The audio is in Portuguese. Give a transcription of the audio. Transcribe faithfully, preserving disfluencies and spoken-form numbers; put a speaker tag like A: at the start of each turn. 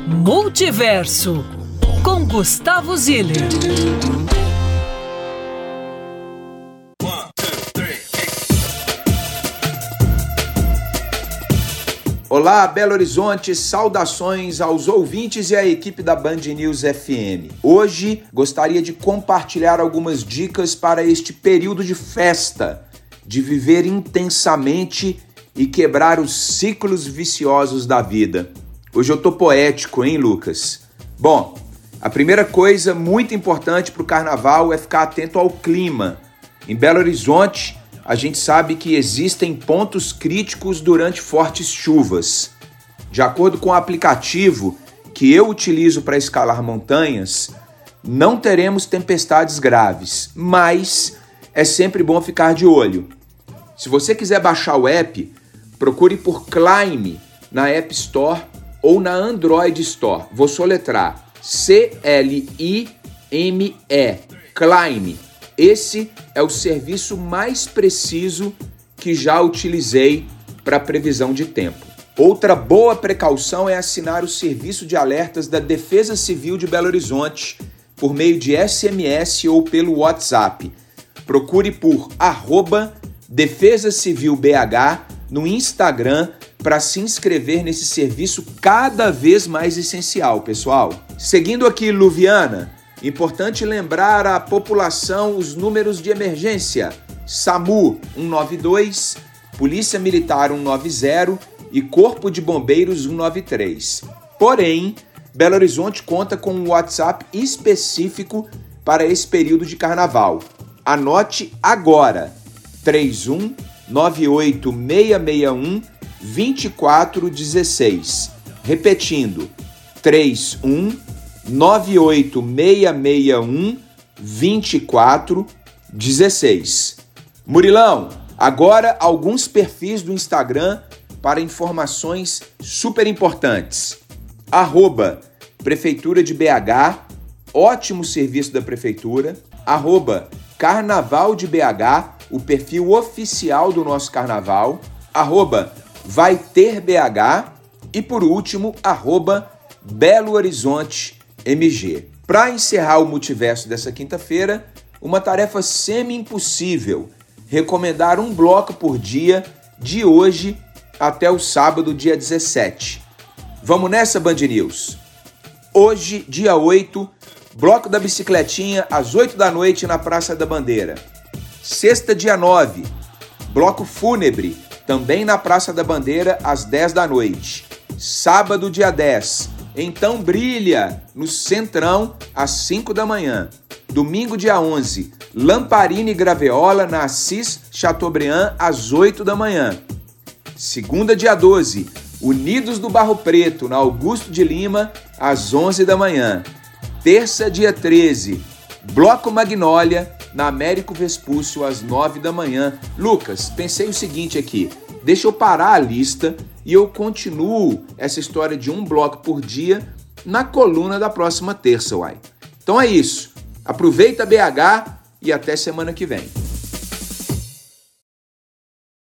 A: Multiverso, com Gustavo Ziller.
B: Olá, Belo Horizonte, saudações aos ouvintes e à equipe da Band News F M. Hoje gostaria de compartilhar algumas dicas para este período de festa, de viver intensamente e quebrar os ciclos viciosos da vida. Hoje eu tô poético, hein, Lucas? Bom, a primeira coisa muito importante para o carnaval é ficar atento ao clima. Em Belo Horizonte, a gente sabe que existem pontos críticos durante fortes chuvas. De acordo com o aplicativo que eu utilizo para escalar montanhas, não teremos tempestades graves, mas é sempre bom ficar de olho. Se você quiser baixar o app, procure por Climb na App Store ou na Android Store. Vou soletrar C L I M E, Climb. Esse é o serviço mais preciso que já utilizei para previsão de tempo. Outra boa precaução é assinar o serviço de alertas da Defesa Civil de Belo Horizonte por meio de S M S ou pelo WhatsApp. Procure por arroba Defesa Civil B H no Instagram para se inscrever nesse serviço cada vez mais essencial, pessoal. Seguindo aqui, Luviana, importante lembrar à população os números de emergência: SAMU um nove dois, Polícia Militar um nove zero e Corpo de Bombeiros um nove três. Porém, Belo Horizonte conta com um WhatsApp específico para esse período de carnaval. Anote agora: três um nove oito seis seis um dois quatro um seis. Repetindo, três um nove oito seis seis um dois quatro um seis. Murilão, agora alguns perfis do Instagram para informações super importantes. Arroba Prefeitura de B H, ótimo serviço da Prefeitura. Arroba Carnaval de B H, o perfil oficial do nosso carnaval. Arroba Vai Ter B H e, por último, arroba Belo Horizonte M G. Para encerrar o multiverso dessa quinta-feira, uma tarefa semi-impossível: recomendar um bloco por dia de hoje até o sábado, dia dezessete. Vamos nessa, Band News? Hoje, dia oito, bloco da bicicletinha às oito da noite na Praça da Bandeira. Sexta, dia nove, bloco fúnebre, também na Praça da Bandeira às dez da noite. Sábado, dia dez, Então Brilha, no Centrão, às cinco da manhã. Domingo, dia onze, Lamparina e Graveola, na Assis Chateaubriand, às oito da manhã. Segunda, dia doze, Unidos do Barro Preto, na Augusto de Lima, às onze da manhã. Terça, dia treze, Bloco Magnólia, na Américo Vespúcio, às nove da manhã. Lucas, pensei o seguinte aqui: deixa eu parar a lista e eu continuo essa história de um bloco por dia na coluna da próxima terça, uai. Então é isso. Aproveita B H e até semana que vem.